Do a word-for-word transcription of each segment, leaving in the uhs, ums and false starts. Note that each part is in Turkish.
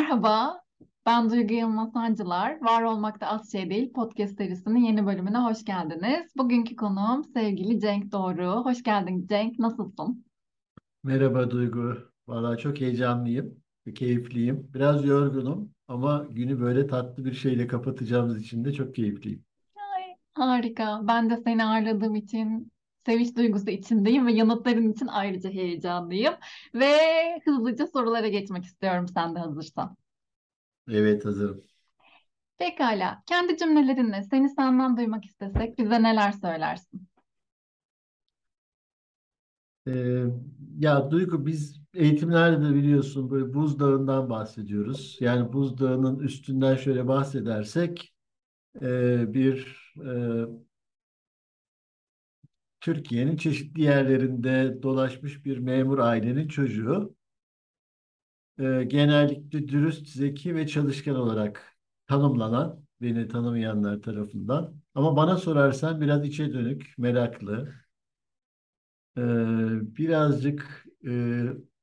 Merhaba, ben Duygu Yılmaz Sancılar. Var Olmakta Az Şey Değil podcast serisinin yeni bölümüne hoş geldiniz. Bugünkü konuğum sevgili Cenk Doğru. Hoş geldin Cenk, nasılsın? Merhaba Duygu. Valla çok heyecanlıyım ve keyifliyim. Biraz yorgunum ama günü böyle tatlı bir şeyle kapatacağımız için de çok keyifliyim. Ay, harika. Ben de seni ağırladığım için sevinç duygusu içindeyim ve yanıtların için ayrıca heyecanlıyım. Ve hızlıca sorulara geçmek istiyorum sen de hazırsan. Evet, hazırım. Pekala, kendi cümlelerinle seni senden duymak istesek bize neler söylersin? Ee, Ya Duygu, biz eğitimlerde de biliyorsun böyle buzdağından bahsediyoruz. Yani buzdağının üstünden şöyle bahsedersek e, bir e, Türkiye'nin çeşitli yerlerinde dolaşmış bir memur ailenin çocuğu. e, genellikle dürüst, zeki ve çalışkan olarak tanımlanan, beni tanımayanlar tarafından. Ama bana sorarsan biraz içe dönük, meraklı, e, birazcık e,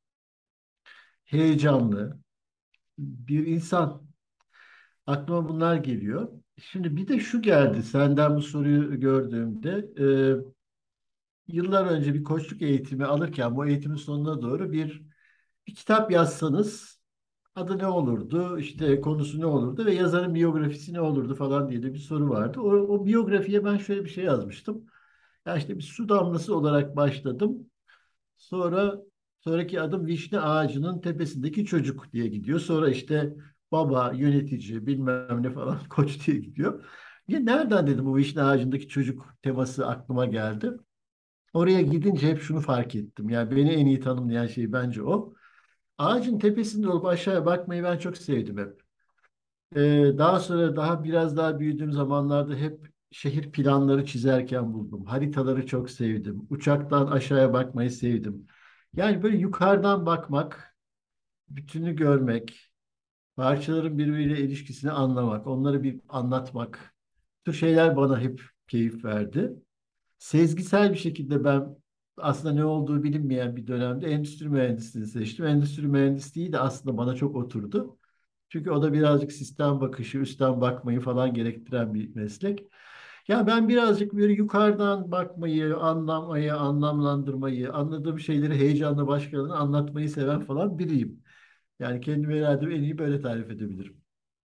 heyecanlı bir insan. Aklıma bunlar geliyor. Şimdi bir de şu geldi senden bu soruyu gördüğümde. E, yıllar önce bir koçluk eğitimi alırken bu eğitimin sonuna doğru bir, bir kitap yazsanız adı ne olurdu, işte konusu ne olurdu ve yazarın biyografisi ne olurdu falan diye de bir soru vardı. O, o biyografiye ben şöyle bir şey yazmıştım. Ya işte bir su damlası olarak başladım. Sonra sonraki adım vişne ağacının tepesindeki çocuk diye gidiyor. Sonra işte baba, yönetici, bilmem ne falan koç diye gidiyor. Ya nereden dedim bu vişne ağacındaki çocuk teması aklıma geldi. Oraya gidince hep şunu fark ettim. Yani beni en iyi tanımlayan şey bence o. Ağacın tepesinde olup aşağıya bakmayı ben çok sevdim hep. Ee, daha sonra daha biraz daha büyüdüğüm zamanlarda hep şehir planları çizerken buldum. Haritaları çok sevdim. Uçaktan aşağıya bakmayı sevdim. Yani böyle yukarıdan bakmak, bütünü görmek, parçaların birbiriyle ilişkisini anlamak, onları bir anlatmak. Bu tür şeyler bana hep keyif verdi. Sezgisel bir şekilde ben aslında ne olduğu bilinmeyen bir dönemde endüstri mühendisliğini seçtim. Endüstri mühendisliği de aslında bana çok oturdu. Çünkü o da birazcık sistem bakışı, üstten bakmayı falan gerektiren bir meslek. Ya ben birazcık böyle yukarıdan bakmayı, anlamayı, anlamlandırmayı, anladığım şeyleri heyecanla başkalarına anlatmayı seven falan biriyim. Yani kendimi herhalde en iyi böyle tarif edebilirim.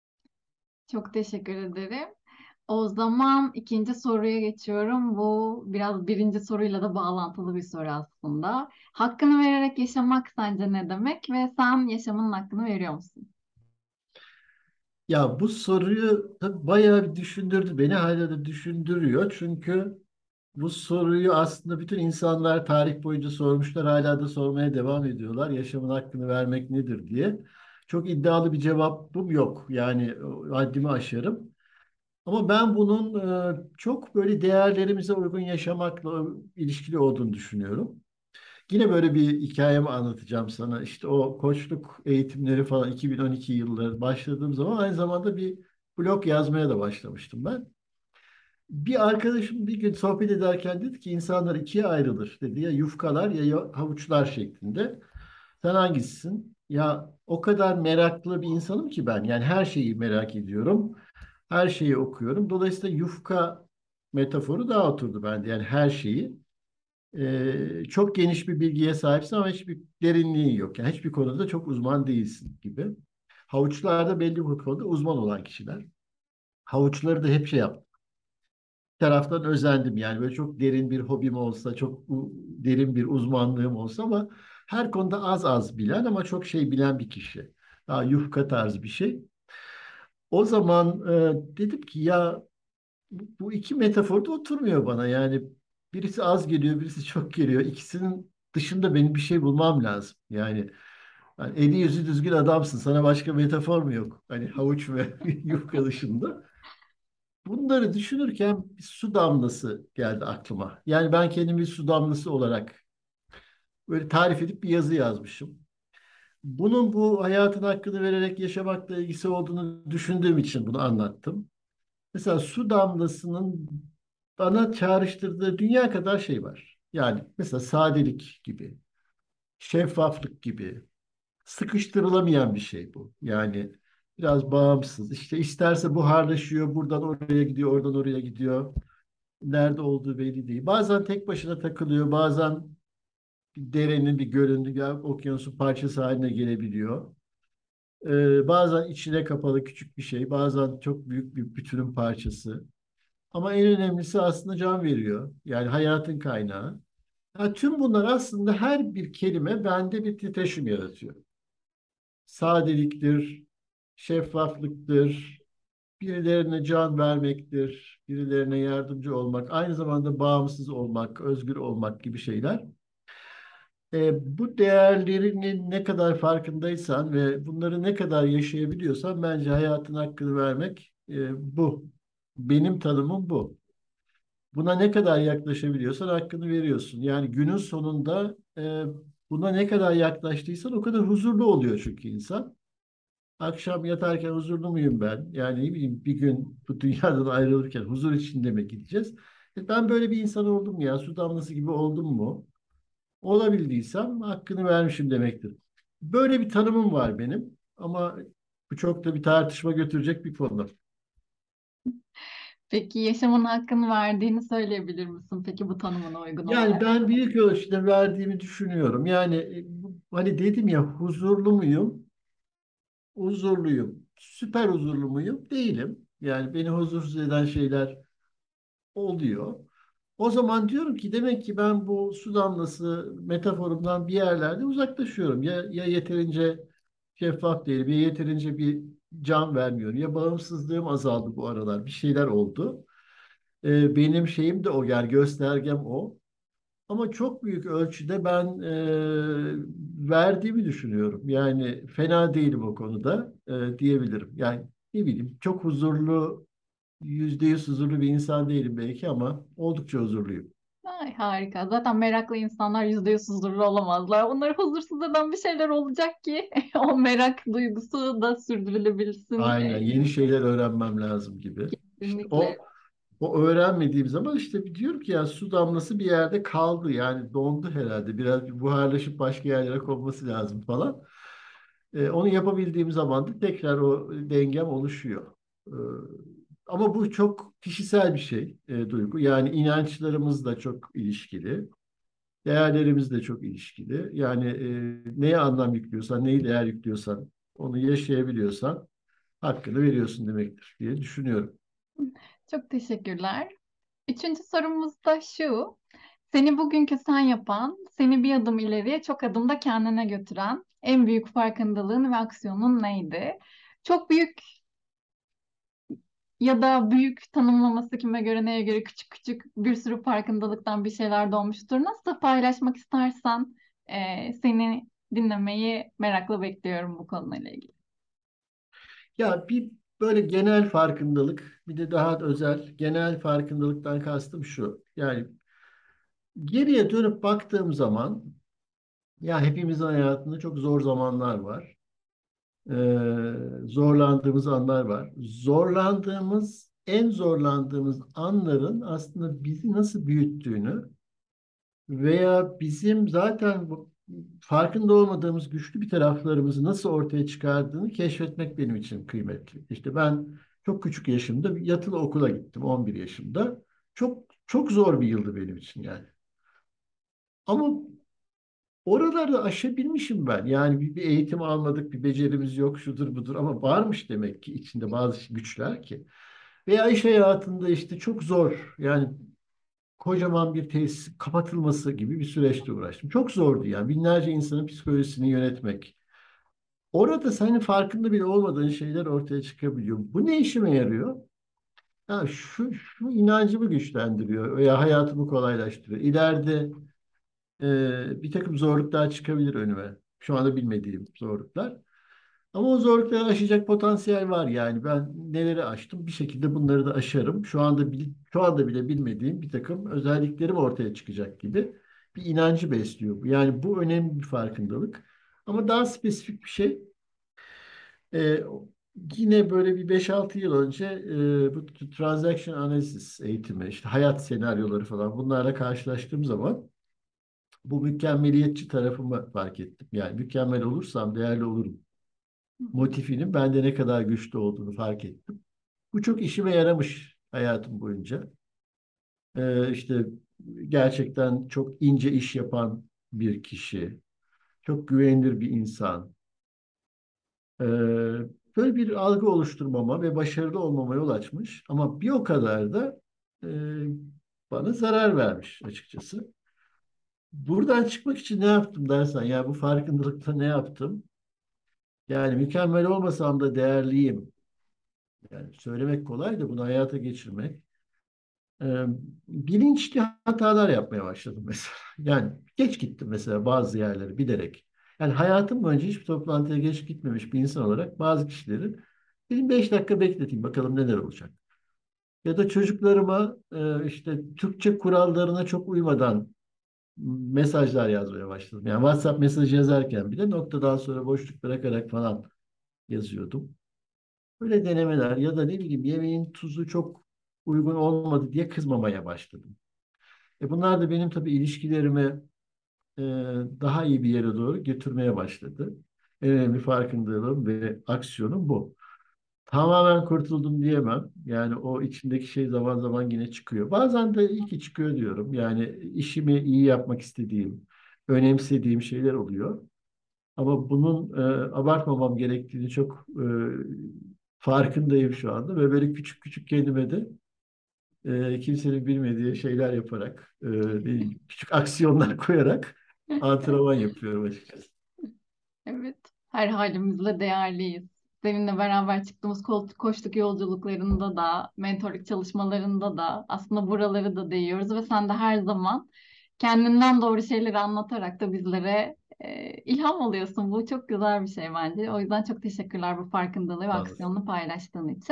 Çok teşekkür ederim. O zaman ikinci soruya geçiyorum. Bu biraz birinci soruyla da bağlantılı bir soru aslında. Hakkını vererek yaşamak sence ne demek ve sen yaşamının hakkını veriyor musun? Ya bu soruyu tabii bayağı bir düşündürdü. Beni hala da düşündürüyor. Çünkü bu soruyu aslında bütün insanlar tarih boyunca sormuşlar. Hala da sormaya devam ediyorlar. Yaşamın hakkını vermek nedir diye. Çok iddialı bir cevabım yok. Yani o, haddimi aşarım. Ama ben bunun e, çok böyle değerlerimize uygun yaşamakla ilişkili olduğunu düşünüyorum. Yine böyle bir hikayemi anlatacağım sana. İşte o koçluk eğitimleri falan iki bin on iki yılları başladığım zaman aynı zamanda bir blog yazmaya da başlamıştım ben. Bir arkadaşım bir gün sohbet ederken dedi ki insanlar ikiye ayrılır dedi. Ya yufkalar ya ya havuçlar şeklinde. Sen hangisisin? Ya o kadar meraklı bir insanım ki ben. Yani her şeyi merak ediyorum. Her şeyi okuyorum. Dolayısıyla yufka metaforu daha oturdu bende. Yani her şeyi. Ee, çok geniş bir bilgiye sahipsin ama hiçbir derinliği yok. Yani hiçbir konuda çok uzman değilsin gibi. Havuçlarda belli bir konuda uzman olan kişiler. Havuçları da hep şey yaptım. Bir taraftan özendim yani böyle çok derin bir hobim olsa, çok u- derin bir uzmanlığım olsa ama her konuda az az bilen ama çok şey bilen bir kişi. Daha yufka tarzı bir şey. O zaman e, dedim ki ya bu bu iki metafor da oturmuyor bana. Yani birisi az geliyor, birisi çok geliyor. İkisinin dışında benim bir şey bulmam lazım. Yani, yani eli yüzü düzgün adamsın. Sana başka metafor mu yok? Hani havuç ve yufka dışında. Bunları düşünürken bir su damlası geldi aklıma. Yani ben kendimi bir su damlası olarak böyle tarif edip bir yazı yazmışım. Bunun bu hayatın hakkını vererek yaşamakla ilgisi olduğunu düşündüğüm için bunu anlattım. Mesela su damlasının bana çağrıştırdığı dünya kadar şey var. Yani mesela sadelik gibi, şeffaflık gibi, sıkıştırılamayan bir şey bu. Yani biraz bağımsız. İşte isterse buharlaşıyor, buradan oraya gidiyor, oradan oraya gidiyor. Nerede olduğu belli değil. Bazen tek başına takılıyor, bazen bir derenin, bir gölün, bir okyanusun parçası haline gelebiliyor. Ee, bazen içine kapalı küçük bir şey, bazen çok büyük bir bütünün parçası. Ama en önemlisi aslında can veriyor. Yani hayatın kaynağı. Ha, tüm bunlar aslında her bir kelime bende bir titreşim yaratıyor. Sadeliktir, şeffaflıktır, birilerine can vermektir, birilerine yardımcı olmak, aynı zamanda bağımsız olmak, özgür olmak gibi şeyler. E, bu değerlerinin ne kadar farkındaysan ve bunları ne kadar yaşayabiliyorsan bence hayatın hakkını vermek e, bu. Benim tanımım bu. Buna ne kadar yaklaşabiliyorsan hakkını veriyorsun. Yani günün sonunda e, buna ne kadar yaklaştıysan o kadar huzurlu oluyor çünkü insan. Akşam yatarken huzurlu muyum ben? Yani ne bileyim bir gün bu dünyadan ayrılırken huzur içinde mi gideceğiz? E, ben böyle bir insan oldum mu ya? Su damlası gibi oldum mu? Olabildiysem hakkını vermişim demektir. Böyle bir tanımım var benim ama bu çok da bir tartışma götürecek bir konu. Peki yaşamın hakkını verdiğini söyleyebilir misin? Peki bu tanımına uygun Yani olarak. ben büyük ölçüde verdiğimi düşünüyorum. Yani e, bu- hani dedim ya huzurlu muyum? Huzurluyum. Süper huzurlu muyum? Değilim. Yani beni huzursuz eden şeyler oluyor. O zaman diyorum ki demek ki ben bu su damlası metaforundan bir yerlerde uzaklaşıyorum. Ya, ya yeterince şeffaf değilim, ya yeterince bir can vermiyorum, ya bağımsızlığım azaldı bu aralar. Bir şeyler oldu. Ee, benim şeyim de o, yani göstergem o. Ama çok büyük ölçüde ben e, verdiğimi düşünüyorum. Yani fena değilim o konuda e, diyebilirim. Yani ne bileyim çok huzurlu, yüzde yüz huzurlu bir insan değilim belki ama oldukça huzurluyum. Ay, harika. Zaten meraklı insanlar yüzde yüz huzurlu olamazlar. Onları huzursuz eden bir şeyler olacak ki o merak duygusu da sürdürülebilsin. Aynen E, yeni şeyler öğrenmem lazım gibi. İşte kesinlikle. o o öğrenmediğim zaman işte bir diyorum ki ya su damlası bir yerde kaldı. Yani dondu herhalde. Biraz bir buharlaşıp başka yerlere konması lazım falan. E, onu yapabildiğim zaman da tekrar o dengem oluşuyor. E, ama bu çok kişisel bir şey, e, Duygu. Yani inançlarımızla çok ilişkili. Değerlerimizle çok ilişkili. Yani e, neye anlam yüklüyorsan, neyi değer yüklüyorsan, onu yaşayabiliyorsan hakkını veriyorsun demektir diye düşünüyorum. Çok teşekkürler. Üçüncü sorumuz da şu. Seni bugünkü sen yapan, seni bir adım ileriye çok adımda kendine götüren en büyük farkındalığın ve aksiyonun neydi? Çok büyük ya da büyük tanımlaması kime göre neye göre küçük küçük bir sürü farkındalıktan bir şeyler doğmuştur. Nasıl paylaşmak istersen e, seni dinlemeyi merakla bekliyorum bu konuyla ilgili. Ya bir böyle genel farkındalık, bir de daha özel genel farkındalıktan kastım şu. Yani geriye dönüp baktığım zaman ya hepimizin hayatında çok zor zamanlar var. Ee, zorlandığımız anlar var. Zorlandığımız, en zorlandığımız anların aslında bizi nasıl büyüttüğünü veya bizim zaten bu farkında olmadığımız güçlü bir taraflarımızı nasıl ortaya çıkardığını keşfetmek benim için kıymetli. İşte ben çok küçük yaşımda bir yatılı okula gittim on bir yaşımda. Çok çok zor bir yıldı benim için yani. Ama oralarda aşabilmişim ben. Yani bir, bir eğitim almadık, bir becerimiz yok, şudur budur ama varmış demek ki içinde bazı güçler ki. Veya iş hayatında işte çok zor. Yani kocaman bir tesis kapatılması gibi bir süreçle uğraştım. Çok zordu yani. Binlerce insanın psikolojisini yönetmek. Orada senin farkında bile olmadığın şeyler ortaya çıkabiliyor. Bu ne işime yarıyor? Ha, şu, şu inancımı güçlendiriyor veya hayatımı kolaylaştırıyor. İleride e, bir takım zorluklar çıkabilir önüme. Şu anda bilmediğim zorluklar. Ama o zorlukları aşacak potansiyel var yani. Ben neleri aştım bir şekilde bunları da aşarım. Şu anda bil- şu anda bile bilmediğim bir takım özelliklerim ortaya çıkacak gibi bir inancı besliyor bu. Yani bu önemli bir farkındalık. Ama daha spesifik bir şey. Ee, yine böyle bir beş altı yıl önce e, bu transaction analysis eğitimi, işte hayat senaryoları falan bunlarla karşılaştığım zaman Bu mükemmeliyetçi tarafımı fark ettim. Yani mükemmel olursam değerli olurum. Hı hı. Motifinin bende ne kadar güçlü olduğunu fark ettim. Bu çok işime yaramış hayatım boyunca. Ee, işte gerçekten çok ince iş yapan bir kişi, çok güvenilir bir insan. Ee, Böyle bir algı oluşturmama ve başarılı olmama yol açmış. Ama bir o kadar da e, bana zarar vermiş açıkçası. Buradan çıkmak için ne yaptım dersen, ya bu farkındalıkta ne yaptım? Yani mükemmel olmasam da değerliyim. Yani söylemek kolay da bunu hayata geçirmek. Ee, Bilinçli hatalar yapmaya başladım mesela. Yani geç gittim mesela bazı yerlere bilerek. Yani hayatım boyunca hiçbir toplantıya geç gitmemiş bir insan olarak bazı kişileri dedim beş dakika bekleteyim bakalım neler olacak. Ya da çocuklarıma e, işte Türkçe kurallarına çok uymadan mesajlar yazmaya başladım. Yani WhatsApp mesajı yazarken bile noktadan sonra boşluk bırakarak falan yazıyordum. Böyle denemeler ya da ne bileyim yemeğin tuzu çok uygun olmadı diye kızmamaya başladım. E bunlar da benim tabii ilişkilerimi e, daha iyi bir yere doğru götürmeye başladı. En önemli farkındalığım ve aksiyonum bu. Tamamen kurtuldum diyemem. Yani o içindeki şey zaman zaman yine çıkıyor. Bazen de iyi ki çıkıyor diyorum. Yani işimi iyi yapmak istediğim, önemsediğim şeyler oluyor. Ama bunun e, abartmamam gerektiğini çok e, farkındayım şu anda ve böyle küçük küçük kendime de e, kimsenin bilmediği şeyler yaparak, e, değil, küçük aksiyonlar koyarak antrenman yapıyorum açıkçası. Evet, her halimizle değerliyiz. Seninle beraber çıktığımız kol- koçluk yolculuklarında da, mentorluk çalışmalarında da aslında buraları da değiyoruz ve sen de her zaman kendinden doğru şeyleri anlatarak da bizlere e, ilham oluyorsun. Bu çok güzel bir şey bence. O yüzden çok teşekkürler bu farkındalığı ve Sağ olasın. aksiyonunu paylaştığın için.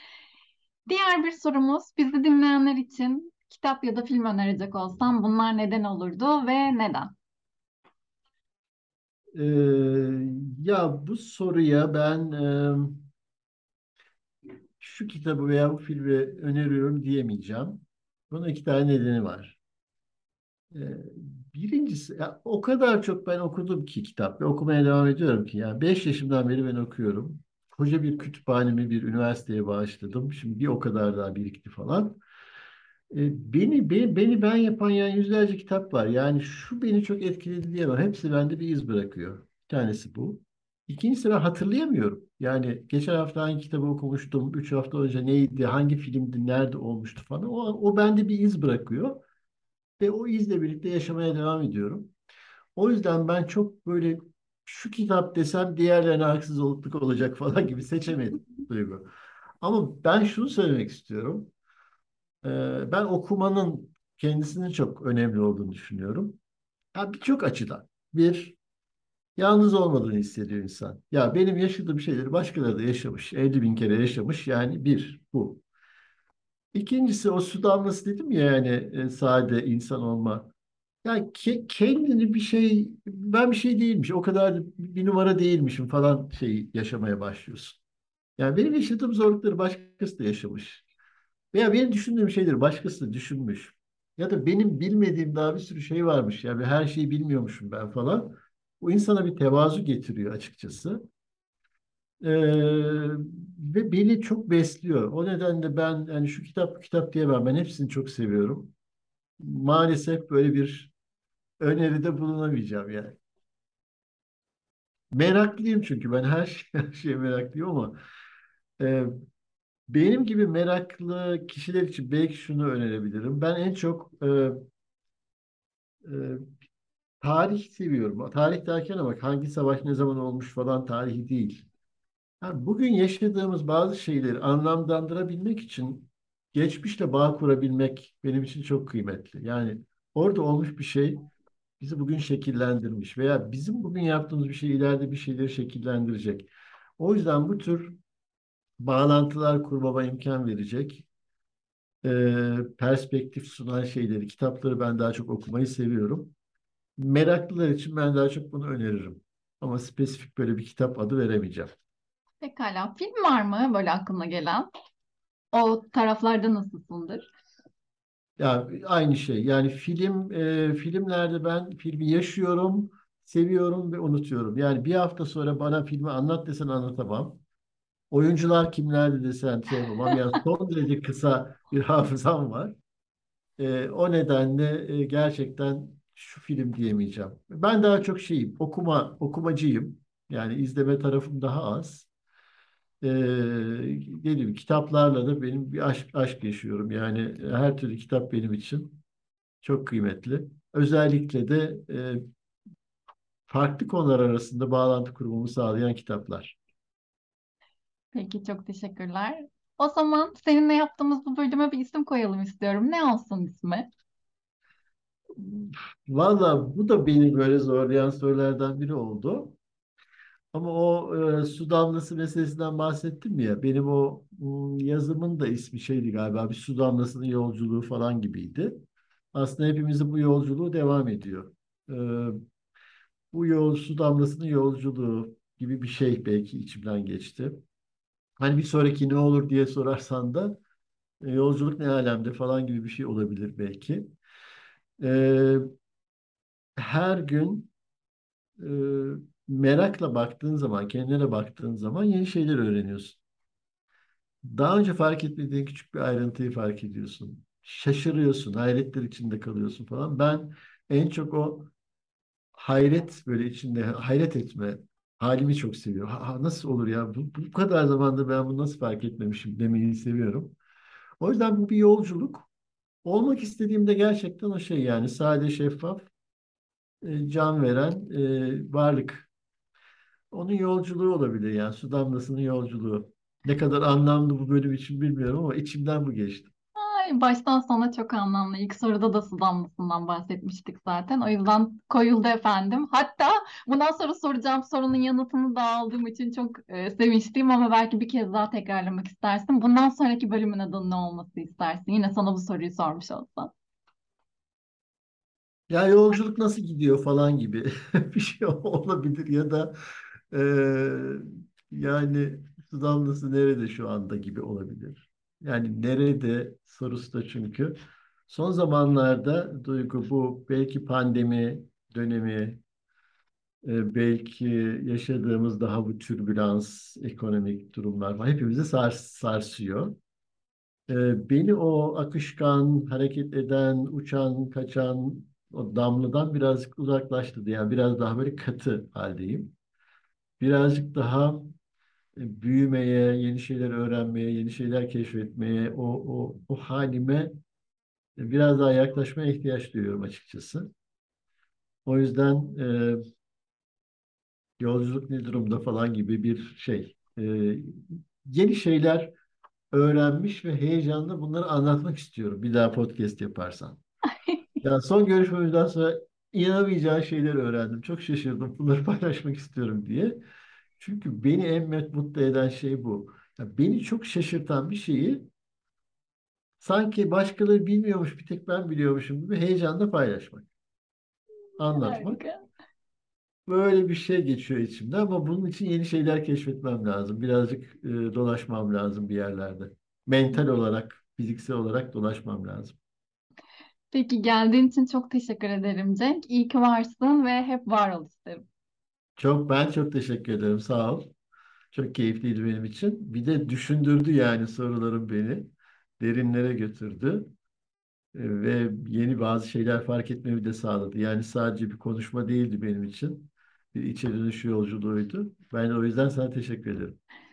Diğer bir sorumuz, bizi dinleyenler için kitap ya da film önerecek olsam bunlar neden olurdu ve neden? E, Ya bu soruya ben e, şu kitabı veya bu filmi öneriyorum diyemeyeceğim. Bunun iki tane nedeni var. E, Birincisi, ya o kadar çok ben okudum ki kitap ve okumaya devam ediyorum ki yani beş yaşımdan beri ben okuyorum. Koca bir kütüphanemi bir üniversiteye bağışladım. Şimdi bir o kadar daha birikti falan. E, beni, beni, beni ben yapan yani yüzlerce kitap var. Yani şu beni çok etkiledi diyemem. Hepsi bende bir iz bırakıyor. Bir tanesi bu. İkincisi ben hatırlayamıyorum. Yani geçen hafta hangi kitabı okumuştum, üç hafta önce neydi, hangi filmdi, nerede olmuştu falan. O, o bende bir iz bırakıyor. Ve o izle birlikte yaşamaya devam ediyorum. O yüzden ben çok böyle şu kitap desem diğerlerine haksızlık olacak falan gibi seçemedim Duygu. Ama ben şunu söylemek istiyorum. Ee, ben okumanın kendisinin çok önemli olduğunu düşünüyorum. Ya birçok açıdan. Bir, yalnız olmadığını hissediyor insan. Ya benim yaşadığım şeyleri başkaları da yaşamış. elli bin kere yaşamış. Yani bir, bu. İkincisi o su damlası dedim ya yani e, sade insan olma. Ya ke- kendini bir şey, ben bir şey değilmiş, o kadar da bir numara değilmişim falan şey yaşamaya başlıyorsun. Yani benim yaşadığım zorlukları başkası da yaşamış. Veya benim düşündüğüm şeyleri başkası da düşünmüş. Ya da benim bilmediğim daha bir sürü şey varmış. Yani her şeyi bilmiyormuşum ben falan. Bu insana bir tevazu getiriyor açıkçası. Ee, Ve beni çok besliyor. O nedenle ben yani şu kitap bu kitap diyemem. Ben hepsini çok seviyorum. Maalesef böyle bir öneride bulunamayacağım yani. Meraklıyım çünkü ben her şey, her şeye meraklıyım ama e, benim gibi meraklı kişiler için belki şunu önerebilirim. Ben en çok e, e, tarih seviyorum. Tarih derken ama bak hangi savaş ne zaman olmuş falan tarihi değil. Ha, bugün yaşadığımız bazı şeyleri anlamlandırabilmek için geçmişle bağ kurabilmek benim için çok kıymetli. Yani orada olmuş bir şey bizi bugün şekillendirmiş veya bizim bugün yaptığımız bir şey ileride bir şeyleri şekillendirecek. O yüzden bu tür bağlantılar kurmama imkan verecek, e, perspektif sunan şeyleri, kitapları ben daha çok okumayı seviyorum. Meraklılar için ben daha çok bunu öneririm. Ama spesifik böyle bir kitap adı veremeyeceğim. Pekala, film var mı böyle aklına gelen? O taraflarda nasılsındır? Ya aynı şey. Yani film e, filmlerde ben filmi yaşıyorum, seviyorum ve unutuyorum. Yani bir hafta sonra bana filmi anlat desen anlatamam. Oyuncular kimlerdi desen şey yapamam. Yani son derece kısa bir hafızam var. E, o nedenle e, gerçekten şu film diyemeyeceğim. Ben daha çok şeyim, okuma okumacıyım. Yani izleme tarafım daha az. E, Dediğim gibi kitaplarla da benim bir aşk, aşk yaşıyorum. Yani her türlü kitap benim için çok kıymetli. Özellikle de e, farklı konular arasında bağlantı kurmamı sağlayan kitaplar. Peki çok teşekkürler. O zaman seninle yaptığımız bu bölüme bir isim koyalım istiyorum. Ne olsun ismi? Valla bu da beni böyle zorlayan sorulardan biri oldu. Ama o e, su damlası meselesinden bahsettim ya. Benim o mm, yazımın da ismi şeydi galiba. Bir su damlasının yolculuğu falan gibiydi. Aslında hepimizin bu yolculuğu devam ediyor. E, Bu yol su damlasının yolculuğu gibi bir şey belki içimden geçti. Hani bir sonraki ne olur diye sorarsan da e, yolculuk ne alemde falan gibi bir şey olabilir belki. E, Her gün e, merakla baktığın zaman, kendine baktığın zaman yeni şeyler öğreniyorsun. Daha önce fark etmediğin küçük bir ayrıntıyı fark ediyorsun. Şaşırıyorsun, hayretler içinde kalıyorsun falan. Ben en çok o hayret böyle içinde hayret etme halimi çok seviyorum. Ha, ha, nasıl olur ya? Bu, bu kadar zamanda ben bunu nasıl fark etmemişim demeyi seviyorum. O yüzden bu bir yolculuk. Olmak istediğimde gerçekten o şey yani sade, şeffaf, e, can veren e, varlık. Onun yolculuğu olabilir yani su damlasının yolculuğu. Ne kadar anlamlı bu bölüm için bilmiyorum ama içimden bu geçti. Ay, baştan sona çok anlamlı. İlk soruda da su damlasından bahsetmiştik zaten. O yüzden koyuldu efendim. Hatta bundan sonra soracağım sorunun yanıtını da aldığım için çok e, sevinçliyim ama belki bir kez daha tekrarlamak istersin. Bundan sonraki bölümün adının ne olması istersin? Yine sana bu soruyu sormuş olsam. Ya yolculuk nasıl gidiyor falan gibi bir şey olabilir ya da eee, yani su damlası nerede şu anda gibi olabilir. Yani nerede sorusu da çünkü son zamanlarda Duygu bu belki pandemi dönemi e, belki yaşadığımız daha bu türbülans ekonomik durumlar falan hepimizi sars sarsıyor. Ee, beni o akışkan, hareket eden, uçan, kaçan o damladan birazcık uzaklaştırdı. Yani biraz daha böyle katı haldeyim. Birazcık daha e, büyümeye, yeni şeyler öğrenmeye, yeni şeyler keşfetmeye, o, o, o halime biraz daha yaklaşmaya ihtiyaç duyuyorum açıkçası. O yüzden e, yolculuk ne durumda falan gibi bir şey. E, yeni şeyler öğrenmiş ve heyecanla bunları anlatmak istiyorum bir daha podcast yaparsan. Ya son görüşmemizden sonra inanamayacağın şeyler öğrendim. Çok şaşırdım. Bunları paylaşmak istiyorum diye. Çünkü beni en mutlu eden şey bu. Ya beni çok şaşırtan bir şeyi sanki başkaları bilmiyormuş, bir tek ben biliyormuşum gibi heyecanla paylaşmak, anlatmak. Harika. Böyle bir şey geçiyor içimde ama bunun için yeni şeyler keşfetmem lazım. Birazcık e, dolaşmam lazım bir yerlerde. Mental olarak, fiziksel olarak dolaşmam lazım. Peki geldiğin için çok teşekkür ederim Cenk. İyi ki varsın ve hep var ol isterim. Çok ben çok teşekkür ederim. Sağ ol. Çok keyifliydi benim için. Bir de düşündürdü yani sorularım beni. Derinlere götürdü. E, Ve yeni bazı şeyler fark etmemi de sağladı. Yani sadece bir konuşma değildi benim için. Bir içe dönüş yolculuğuydu. Ben de o yüzden sana teşekkür ederim.